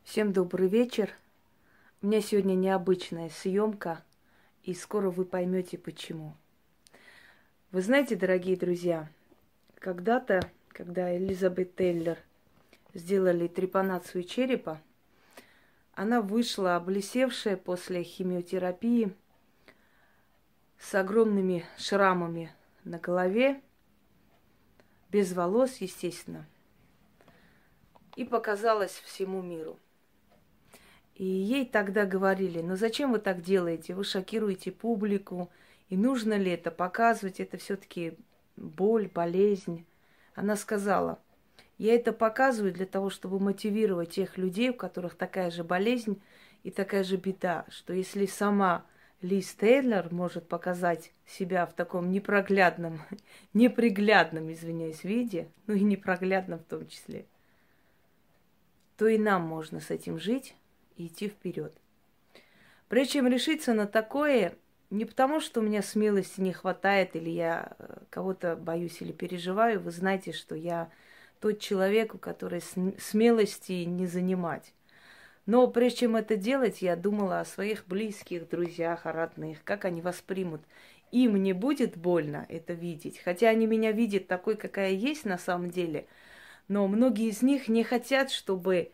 Всем добрый вечер. У меня сегодня необычная съемка, и скоро вы поймете почему. Вы знаете, дорогие друзья, когда-то, когда Элизабет Тейлор сделали трепанацию черепа, она вышла облысевшая после химиотерапии с огромными шрамами на голове, без волос, естественно, и показалась всему миру. И ей тогда говорили: ну зачем вы так делаете? Вы шокируете публику. И нужно ли это показывать? Это все-таки боль, болезнь. Она сказала: я это показываю для того, чтобы мотивировать тех людей, у которых такая же болезнь и такая же беда, что если сама Лиз Тейлор может показать себя в таком непроглядном, неприглядном, извиняюсь, виде, ну и непроглядном в том числе, то и нам можно с этим жить и идти вперед. Прежде чем решиться на такое, не потому, что у меня смелости не хватает, или я кого-то боюсь или переживаю, вы знаете, что я тот человек, у которого смелости не занимать. Но прежде чем это делать, я думала о своих близких, друзьях, о родных, как они воспримут. Им не будет больно это видеть, хотя они меня видят такой, какая есть на самом деле, но многие из них не хотят, чтобы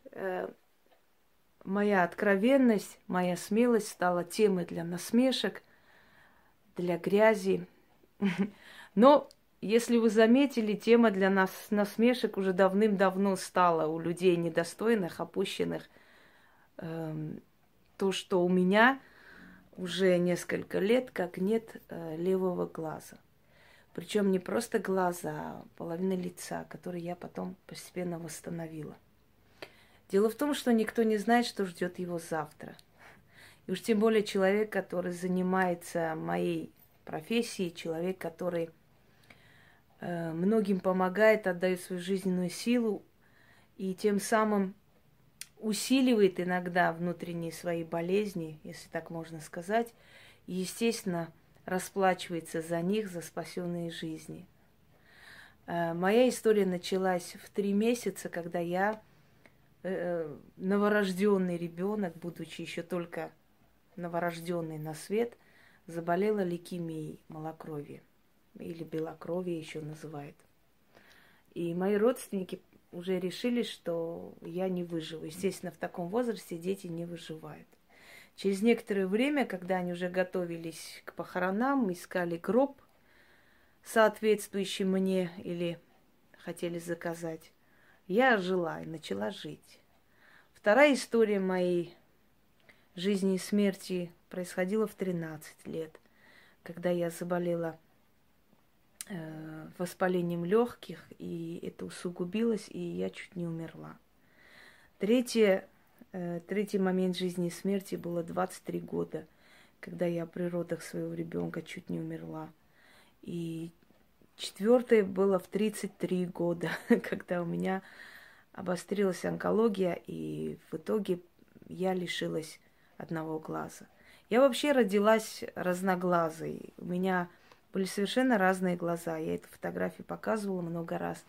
моя откровенность, моя смелость стала темой для насмешек, для грязи. Но, если вы заметили, тема для нас насмешек уже давным-давно стала у людей недостойных, опущенных. То, что у меня уже несколько лет как нет левого глаза. Причем не просто глаза, а половина лица, который я потом постепенно восстановила. Дело в том, что никто не знает, что ждет его завтра. И уж тем более человек, который занимается моей профессией, человек, который многим помогает, отдает свою жизненную силу и тем самым усиливает иногда внутренние свои болезни, если так можно сказать, и, естественно, расплачивается за них, за спасенные жизни. Моя история началась в 3 месяца, когда я новорожденный ребенок, будучи еще только новорожденный на свет, заболела лейкемией, малокровие, или белокровие еще называют. И мои родственники уже решили, что я не выживу. Естественно, в таком возрасте дети не выживают. Через некоторое время, когда они уже готовились к похоронам, искали гроб, соответствующий мне, или хотели заказать, я ожила и начала жить. Вторая история моей жизни и смерти происходила в 13 лет, когда я заболела воспалением легких, и это усугубилось, и я чуть не умерла. Третий момент жизни и смерти было 23 года, когда я при родах своего ребенка чуть не умерла. И четвертое было в 33 года, когда у меня обострилась онкология, и в итоге я лишилась одного глаза. Я вообще родилась разноглазой. У меня были совершенно разные глаза. Я эту фотографию показывала много раз.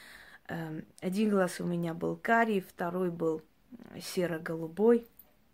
Один глаз у меня был карий, второй был серо-голубой.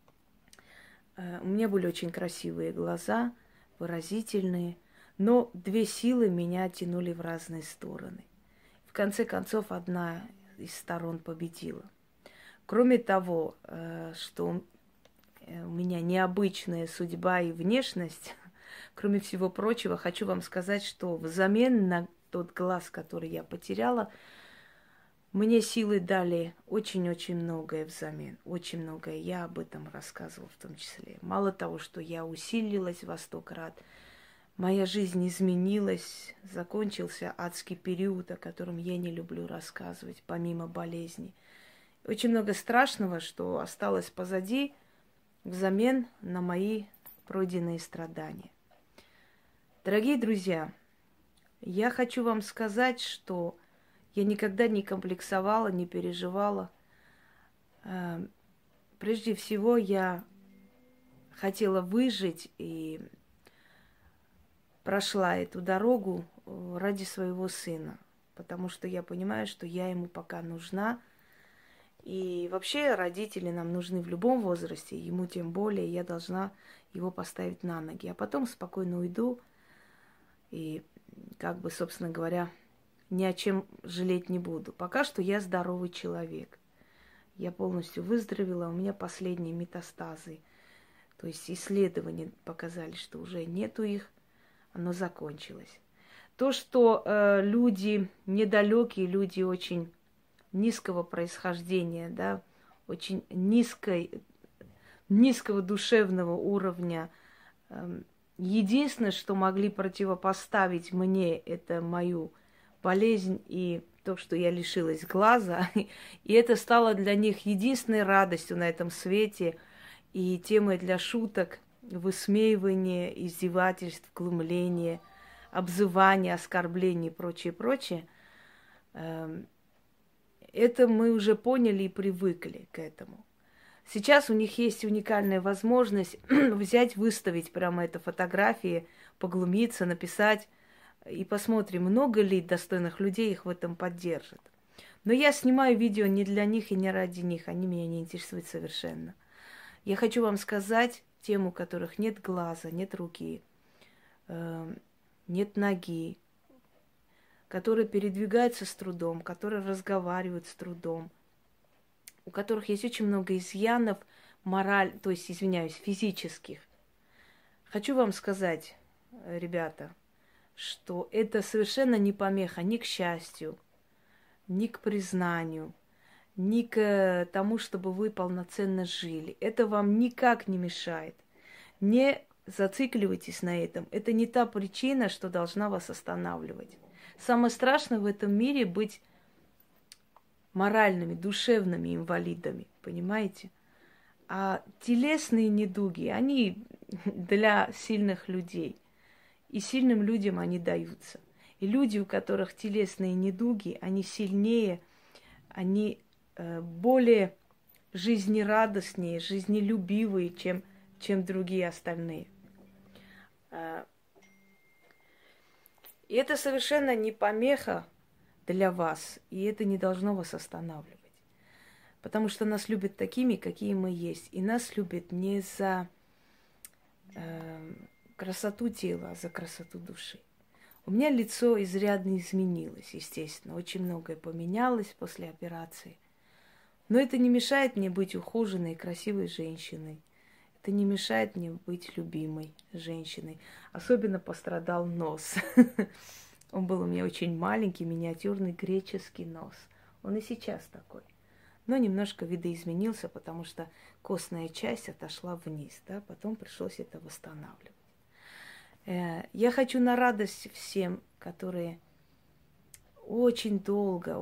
У меня были очень красивые глаза, выразительные, но две силы меня тянули в разные стороны. В конце концов, одна из сторон победила. Кроме того, что у меня необычная судьба и внешность, кроме всего прочего, хочу вам сказать, что взамен на тот глаз, который я потеряла, мне силы дали очень-очень многое взамен. Очень многое. Я об этом рассказывала в том числе. Мало того, что я усилилась во 100 крат, моя жизнь изменилась, закончился адский период, о котором я не люблю рассказывать, помимо болезней. Очень много страшного, что осталось позади, взамен на мои пройденные страдания. Дорогие друзья, я хочу вам сказать, что я никогда не комплексовала, не переживала. Прежде всего, я хотела выжить и прошла эту дорогу ради своего сына, потому что я понимаю, что я ему пока нужна. И вообще родители нам нужны в любом возрасте, ему тем более, я должна его поставить на ноги. А потом спокойно уйду и, как бы, собственно говоря, ни о чем жалеть не буду. Пока что я здоровый человек. Я полностью выздоровела, у меня последние метастазы. То есть исследования показали, что уже нету их, оно закончилось. То, что люди недалекие, люди очень низкого происхождения, да, очень низкого душевного уровня. Единственное, что могли противопоставить мне, это мою болезнь и то, что я лишилась глаза. И это стало для них единственной радостью на этом свете и темой для шуток, высмеивания, издевательств, глумления, обзывания, оскорблений и прочее, прочее. Это мы уже поняли и привыкли к этому. Сейчас у них есть уникальная возможность взять, выставить прямо это фотографии, поглумиться, написать. И посмотрим, много ли достойных людей их в этом поддержит. Но я снимаю видео не для них и не ради них. Они меня не интересуют совершенно. Я хочу вам сказать тем, у которых нет глаза, нет руки, нет ноги, которые передвигаются с трудом, которые разговаривают с трудом, у которых есть очень много изъянов, то есть, извиняюсь, физических. Хочу вам сказать, ребята, что это совершенно не помеха ни к счастью, ни к признанию, ни к тому, чтобы вы полноценно жили. Это вам никак не мешает. Не зацикливайтесь на этом. Это не та причина, что должна вас останавливать. Самое страшное в этом мире быть моральными, душевными инвалидами, понимаете? А телесные недуги, они для сильных людей. И сильным людям они даются. И люди, у которых телесные недуги, они сильнее, они более жизнерадостнее, жизнелюбивые, чем другие остальные. И это совершенно не помеха для вас, и это не должно вас останавливать. Потому что нас любят такими, какие мы есть. И нас любят не за красоту тела, а за красоту души. У меня лицо изрядно изменилось, естественно. Очень многое поменялось после операции. Но это не мешает мне быть ухоженной и красивой женщиной. Это не мешает мне быть любимой женщиной. Особенно пострадал нос. Он был у меня очень маленький, миниатюрный греческий нос. Он и сейчас такой. Но немножко видоизменился, потому что костная часть отошла вниз. Да? Потом пришлось это восстанавливать. Я хочу на радость всем, которые очень долго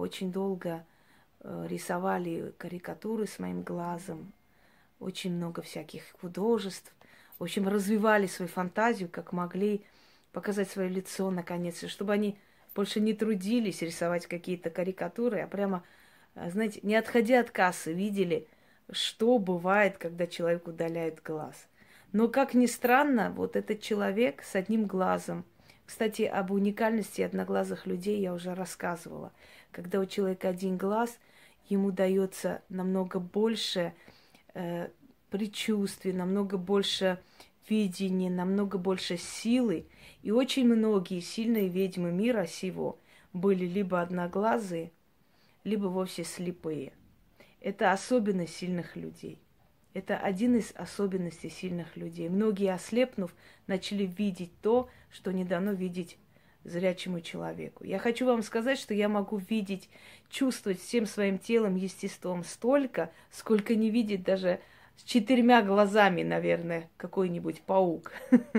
рисовали карикатуры с моим глазом, очень много всяких художеств, в общем, развивали свою фантазию, как могли, показать свое лицо наконец-то, чтобы они больше не трудились рисовать какие-то карикатуры, а прямо, знаете, не отходя от кассы, видели, что бывает, когда человек удаляет глаз. Но, как ни странно, вот этот человек с одним глазом, кстати, об уникальности одноглазых людей я уже рассказывала. Когда у человека один глаз, ему дается намного больше предчувствий, намного больше видения, намного больше силы. И очень многие сильные ведьмы мира сего были либо одноглазые, либо вовсе слепые. Это особенность сильных людей. Это один из особенностей сильных людей. Многие, ослепнув, начали видеть то, что не дано видеть зрячему человеку. Я хочу вам сказать, что я могу видеть, чувствовать всем своим телом, естеством столько, сколько не видит даже с 4 глазами, наверное, какой-нибудь паук.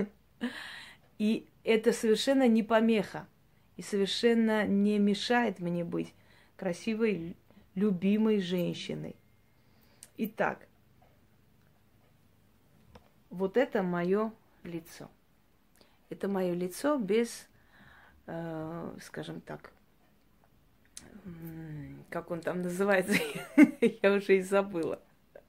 И это совершенно не помеха. И совершенно не мешает мне быть красивой, любимой женщиной. Итак, вот это мое лицо. Это мое лицо без, скажем так, как он там называется, я уже и забыла.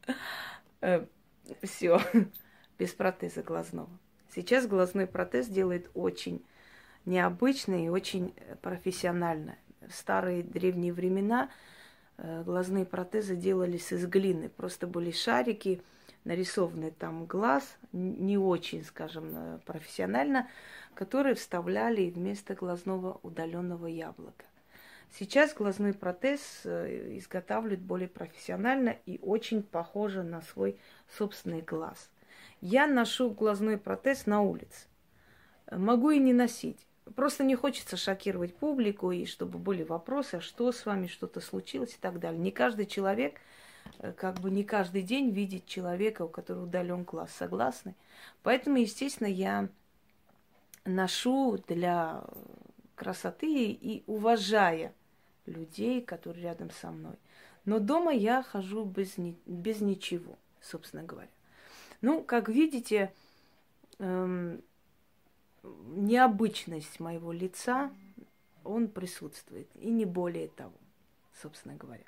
Все, без протеза глазного. Сейчас глазной протез делает очень необычно и очень профессионально. В старые древние времена глазные протезы делались из глины. Просто были шарики, нарисованный там глаз, не очень, скажем, профессионально, которые вставляли вместо глазного удаленного яблока. Сейчас глазной протез изготавливают более профессионально и очень похоже на свой собственный глаз. Я ношу глазной протез на улице. Могу и не носить. Просто не хочется шокировать публику, и чтобы были вопросы, а что с вами, что-то случилось и так далее. Не каждый человек, как бы не каждый день видит человека, у которого удален глаз. Согласны? Поэтому, естественно, я ношу для красоты и уважая людей, которые рядом со мной. Но дома я хожу без ничего, собственно говоря. Ну, как видите, необычность моего лица, он присутствует. И не более того, собственно говоря.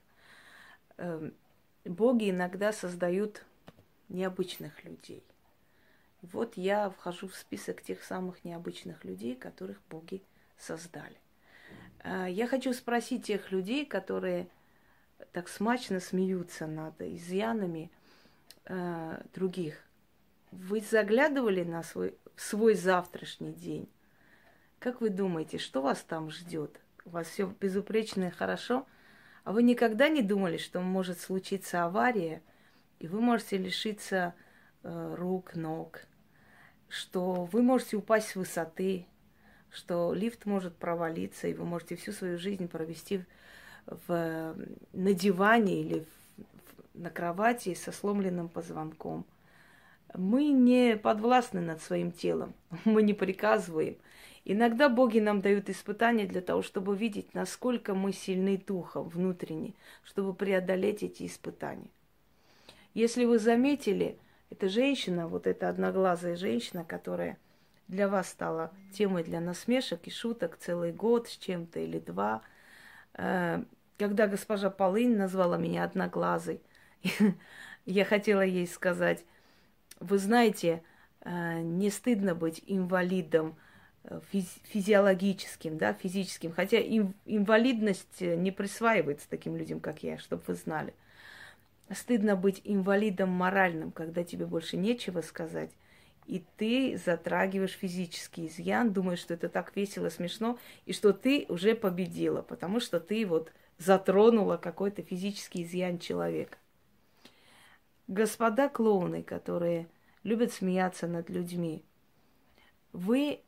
Боги иногда создают необычных людей. Вот я вхожу в список тех самых необычных людей, которых боги создали. Я хочу спросить тех людей, которые так смачно смеются над изъянами других. Вы заглядывали на свой завтрашний день? Как вы думаете, что вас там ждет? У вас все безупречно и хорошо? А вы никогда не думали, что может случиться авария, и вы можете лишиться рук, ног, что вы можете упасть с высоты, что лифт может провалиться, и вы можете всю свою жизнь провести на диване или на кровати со сломленным позвонком? Мы не подвластны над своим телом, мы не приказываем. Иногда боги нам дают испытания для того, чтобы видеть, насколько мы сильны духом внутренне, чтобы преодолеть эти испытания. Если вы заметили, эта женщина, вот эта одноглазая женщина, которая для вас стала темой для насмешек и шуток целый год с чем-то или два, когда госпожа Полынь назвала меня одноглазой, я хотела ей сказать: вы знаете, не стыдно быть инвалидом физиологическим, да, физическим, хотя инвалидность не присваивается таким людям, как я, чтобы вы знали. Стыдно быть инвалидом моральным, когда тебе больше нечего сказать, и ты затрагиваешь физический изъян, думаешь, что это так весело, смешно, и что ты уже победила, потому что ты вот затронула какой-то физический изъян человека. Господа клоуны, которые любят смеяться над людьми, вы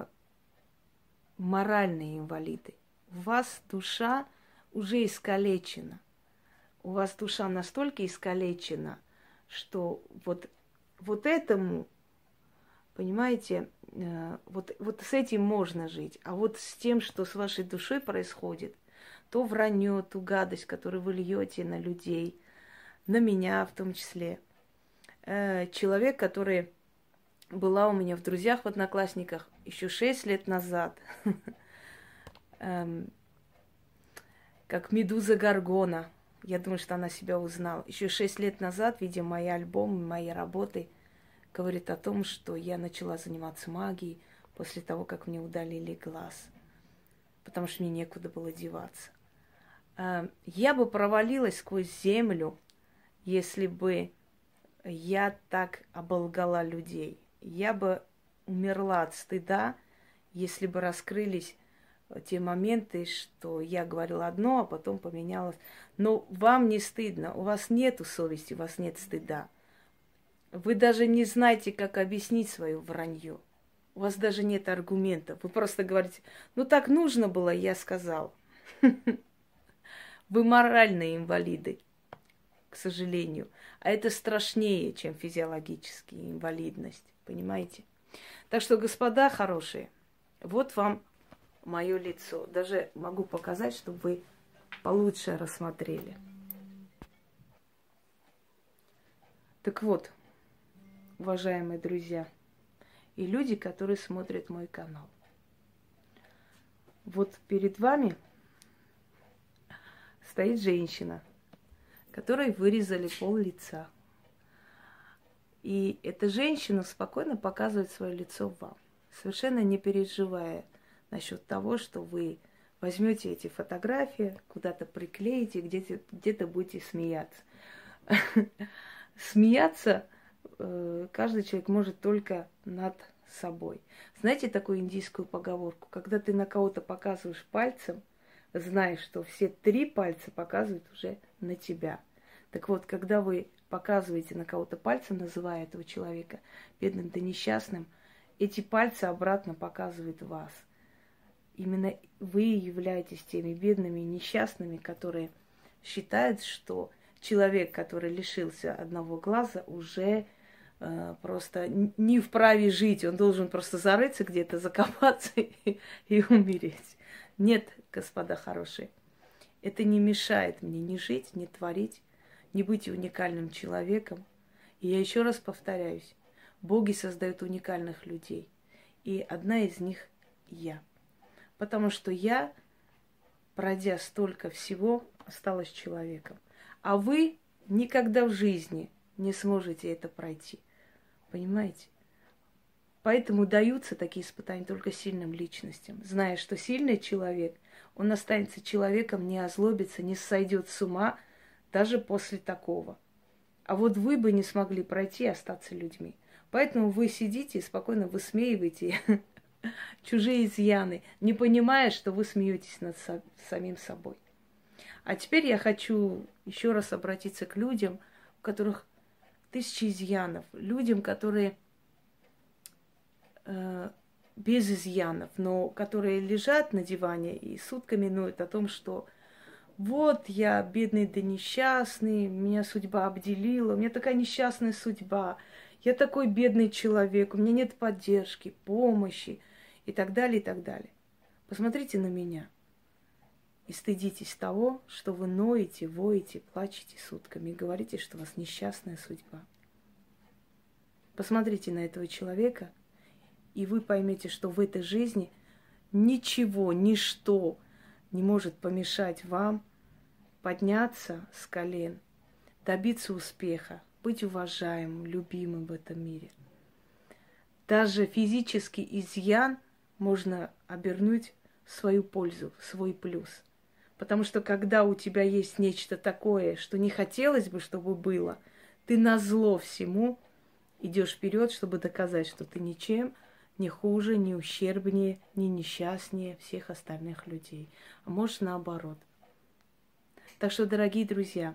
моральные инвалиды. У вас душа уже искалечена. У вас душа настолько искалечена, что вот этому, понимаете, вот с этим можно жить. А вот с тем, что с вашей душой происходит, то вранье, ту гадость, которую вы льете на людей, на меня в том числе. Человек, который была у меня в друзьях, в Одноклассниках еще 6 лет назад, как Медуза Горгона. Я думаю, что она себя узнала. Еще 6 лет назад, видя мои альбомы, мои работы, говорит о том, что я начала заниматься магией после того, как мне удалили глаз, потому что мне некуда было деваться. Я бы провалилась сквозь землю, если бы я так оболгала людей. Я бы умерла от стыда, если бы раскрылись те моменты, что я говорила одно, а потом поменялось. Но вам не стыдно, у вас нету совести, у вас нет стыда. Вы даже не знаете, как объяснить свое вранье. У вас даже нет аргументов. Вы просто говорите: ну так нужно было, я сказал. Вы моральные инвалиды, к сожалению. А это страшнее, чем физиологическая инвалидность. Понимаете? Так что, господа хорошие, вот вам мое лицо. Даже могу показать, чтобы вы получше рассмотрели. Так вот, уважаемые друзья и люди, которые смотрят мой канал. Вот перед вами стоит женщина, которой вырезали пол лица. И эта женщина спокойно показывает свое лицо вам, совершенно не переживая насчет того, что вы возьмете эти фотографии, куда-то приклеите, где-то будете смеяться. Смеяться каждый человек может только над собой. Знаете такую индийскую поговорку? Когда ты на кого-то показываешь пальцем, знаешь, что все 3 пальца показывают уже на тебя. Так вот, когда вы показываете на кого-то пальцем, называя этого человека бедным да несчастным, эти пальцы обратно показывают вас. Именно вы являетесь теми бедными и несчастными, которые считают, что человек, который лишился одного глаза, уже просто не вправе жить. Он должен просто зарыться где-то, закопаться и умереть. Нет, господа хорошие, это не мешает мне ни жить, ни творить, не быть уникальным человеком. И я еще раз повторяюсь, боги создают уникальных людей. И одна из них я. Потому что я, пройдя столько всего, осталась человеком. А вы никогда в жизни не сможете это пройти. Понимаете? Поэтому даются такие испытания только сильным личностям. Зная, что сильный человек, он останется человеком, не озлобится, не сойдет с ума даже после такого. А вот вы бы не смогли пройти и остаться людьми. Поэтому вы сидите и спокойно высмеиваете чужие изъяны, не понимая, что вы смеетесь над самим собой. А теперь я хочу еще раз обратиться к людям, у которых тысячи изъянов, людям, которые без изъянов, но которые лежат на диване и сутками ноют о том, что вот я бедный да несчастный, меня судьба обделила, у меня такая несчастная судьба, я такой бедный человек, у меня нет поддержки, помощи и так далее, и так далее. Посмотрите на меня и стыдитесь того, что вы ноете, воете, плачете сутками и говорите, что у вас несчастная судьба. Посмотрите на этого человека, и вы поймете, что в этой жизни ничего, ничто не может помешать вам подняться с колен, добиться успеха, быть уважаемым, любимым в этом мире. Даже физический изъян можно обернуть в свою пользу, в свой плюс. Потому что когда у тебя есть нечто такое, что не хотелось бы, чтобы было, ты назло всему идешь вперед, чтобы доказать, что ты ничем не хуже, не ущербнее, не несчастнее всех остальных людей. А может, наоборот. Так что, дорогие друзья,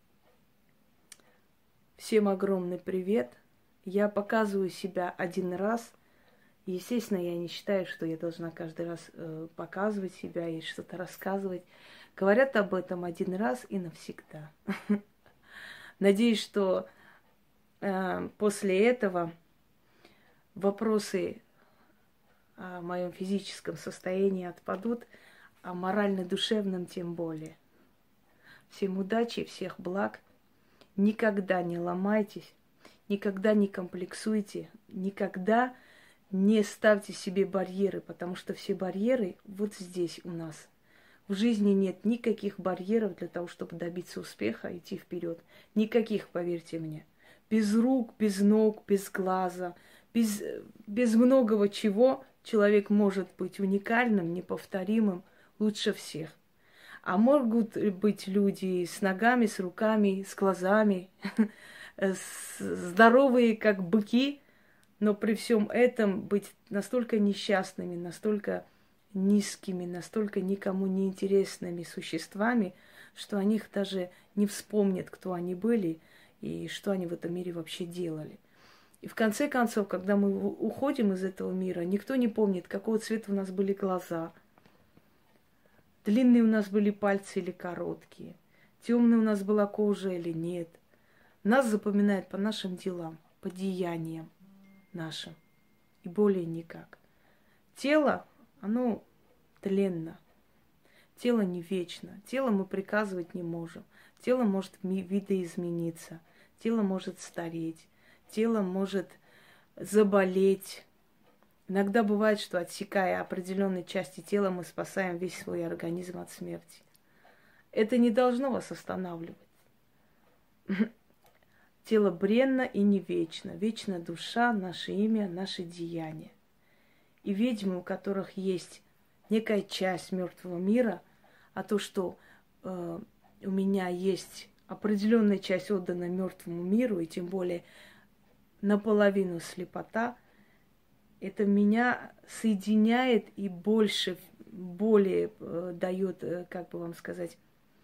всем огромный привет. Я показываю себя один раз. Естественно, я не считаю, что я должна каждый раз показывать себя и что-то рассказывать. Говорят об этом один раз и навсегда. Надеюсь, что после этого вопросы о моем физическом состоянии отпадут, а морально-душевном тем более. Всем удачи, всех благ. Никогда не ломайтесь, никогда не комплексуйте, никогда не ставьте себе барьеры, потому что все барьеры вот здесь у нас. В жизни нет никаких барьеров для того, чтобы добиться успеха, идти вперед. Никаких, поверьте мне. Без рук, без ног, без глаза, без многого чего человек может быть уникальным, неповторимым, лучше всех. А могут быть люди с ногами, с руками, с глазами, здоровые, как быки, но при всем этом быть настолько несчастными, настолько низкими, настолько никому не интересными существами, что о них даже не вспомнят, кто они были и что они в этом мире вообще делали. И в конце концов, когда мы уходим из этого мира, никто не помнит, какого цвета у нас были глаза, длинные у нас были пальцы или короткие, темная у нас была кожа или нет. Нас запоминают по нашим делам, по деяниям нашим, и более никак. Тело, оно тленно, тело не вечно, тело мы приказывать не можем, тело может видоизмениться, тело может стареть, тело может заболеть. Иногда бывает, что отсекая определенные части тела, мы спасаем весь свой организм от смерти. Это не должно вас останавливать. Тело бренно и не вечно. Вечна душа, наше имя, наши деяния. И ведьмы, у которых есть некая часть мертвого мира, а то, что у меня есть определенная часть отдана мертвому миру, и тем более наполовину слепота, это меня соединяет и более дает, как бы вам сказать,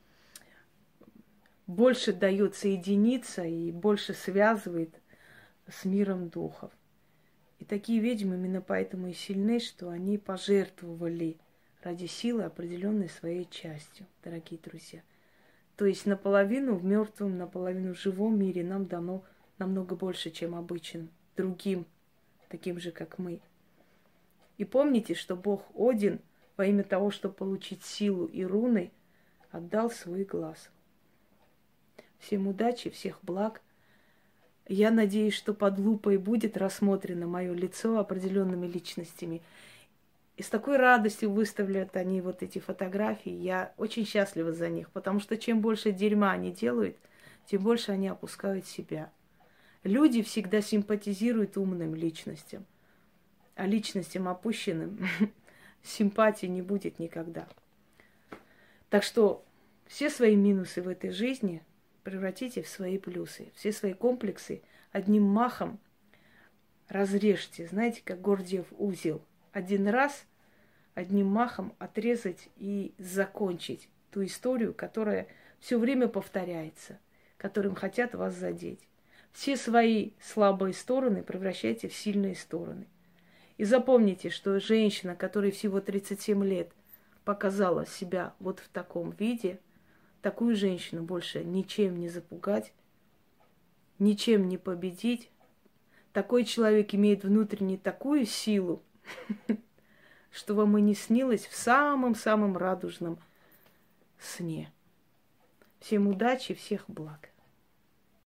больше дает соединиться и больше связывает с миром духов. И такие ведьмы именно поэтому и сильны, что они пожертвовали ради силы определенной своей частью, дорогие друзья. То есть наполовину в мертвом, наполовину в живом мире нам дано намного больше, чем обычным, другим, таким же, как мы. И помните, что бог Один во имя того, чтобы получить силу и руны, отдал свой глаз. Всем удачи, всех благ. Я надеюсь, что под лупой будет рассмотрено мое лицо определенными личностями. И с такой радостью выставляют они вот эти фотографии. Я очень счастлива за них, потому что чем больше дерьма они делают, тем больше они опускают себя. Люди всегда симпатизируют умным личностям, а личностям опущенным симпатии не будет никогда. Так что все свои минусы в этой жизни превратите в свои плюсы. Все свои комплексы одним махом разрежьте. Знаете, как Гордиев узел. Один раз, одним махом отрезать и закончить ту историю, которая все время повторяется, которым хотят вас задеть. Все свои слабые стороны превращайте в сильные стороны. И запомните, что женщина, которой всего 37 лет показала себя вот в таком виде, такую женщину больше ничем не запугать, ничем не победить. Такой человек имеет внутренне такую силу, что вам и не снилось в самом-самом радужном сне. Всем удачи, всех благ.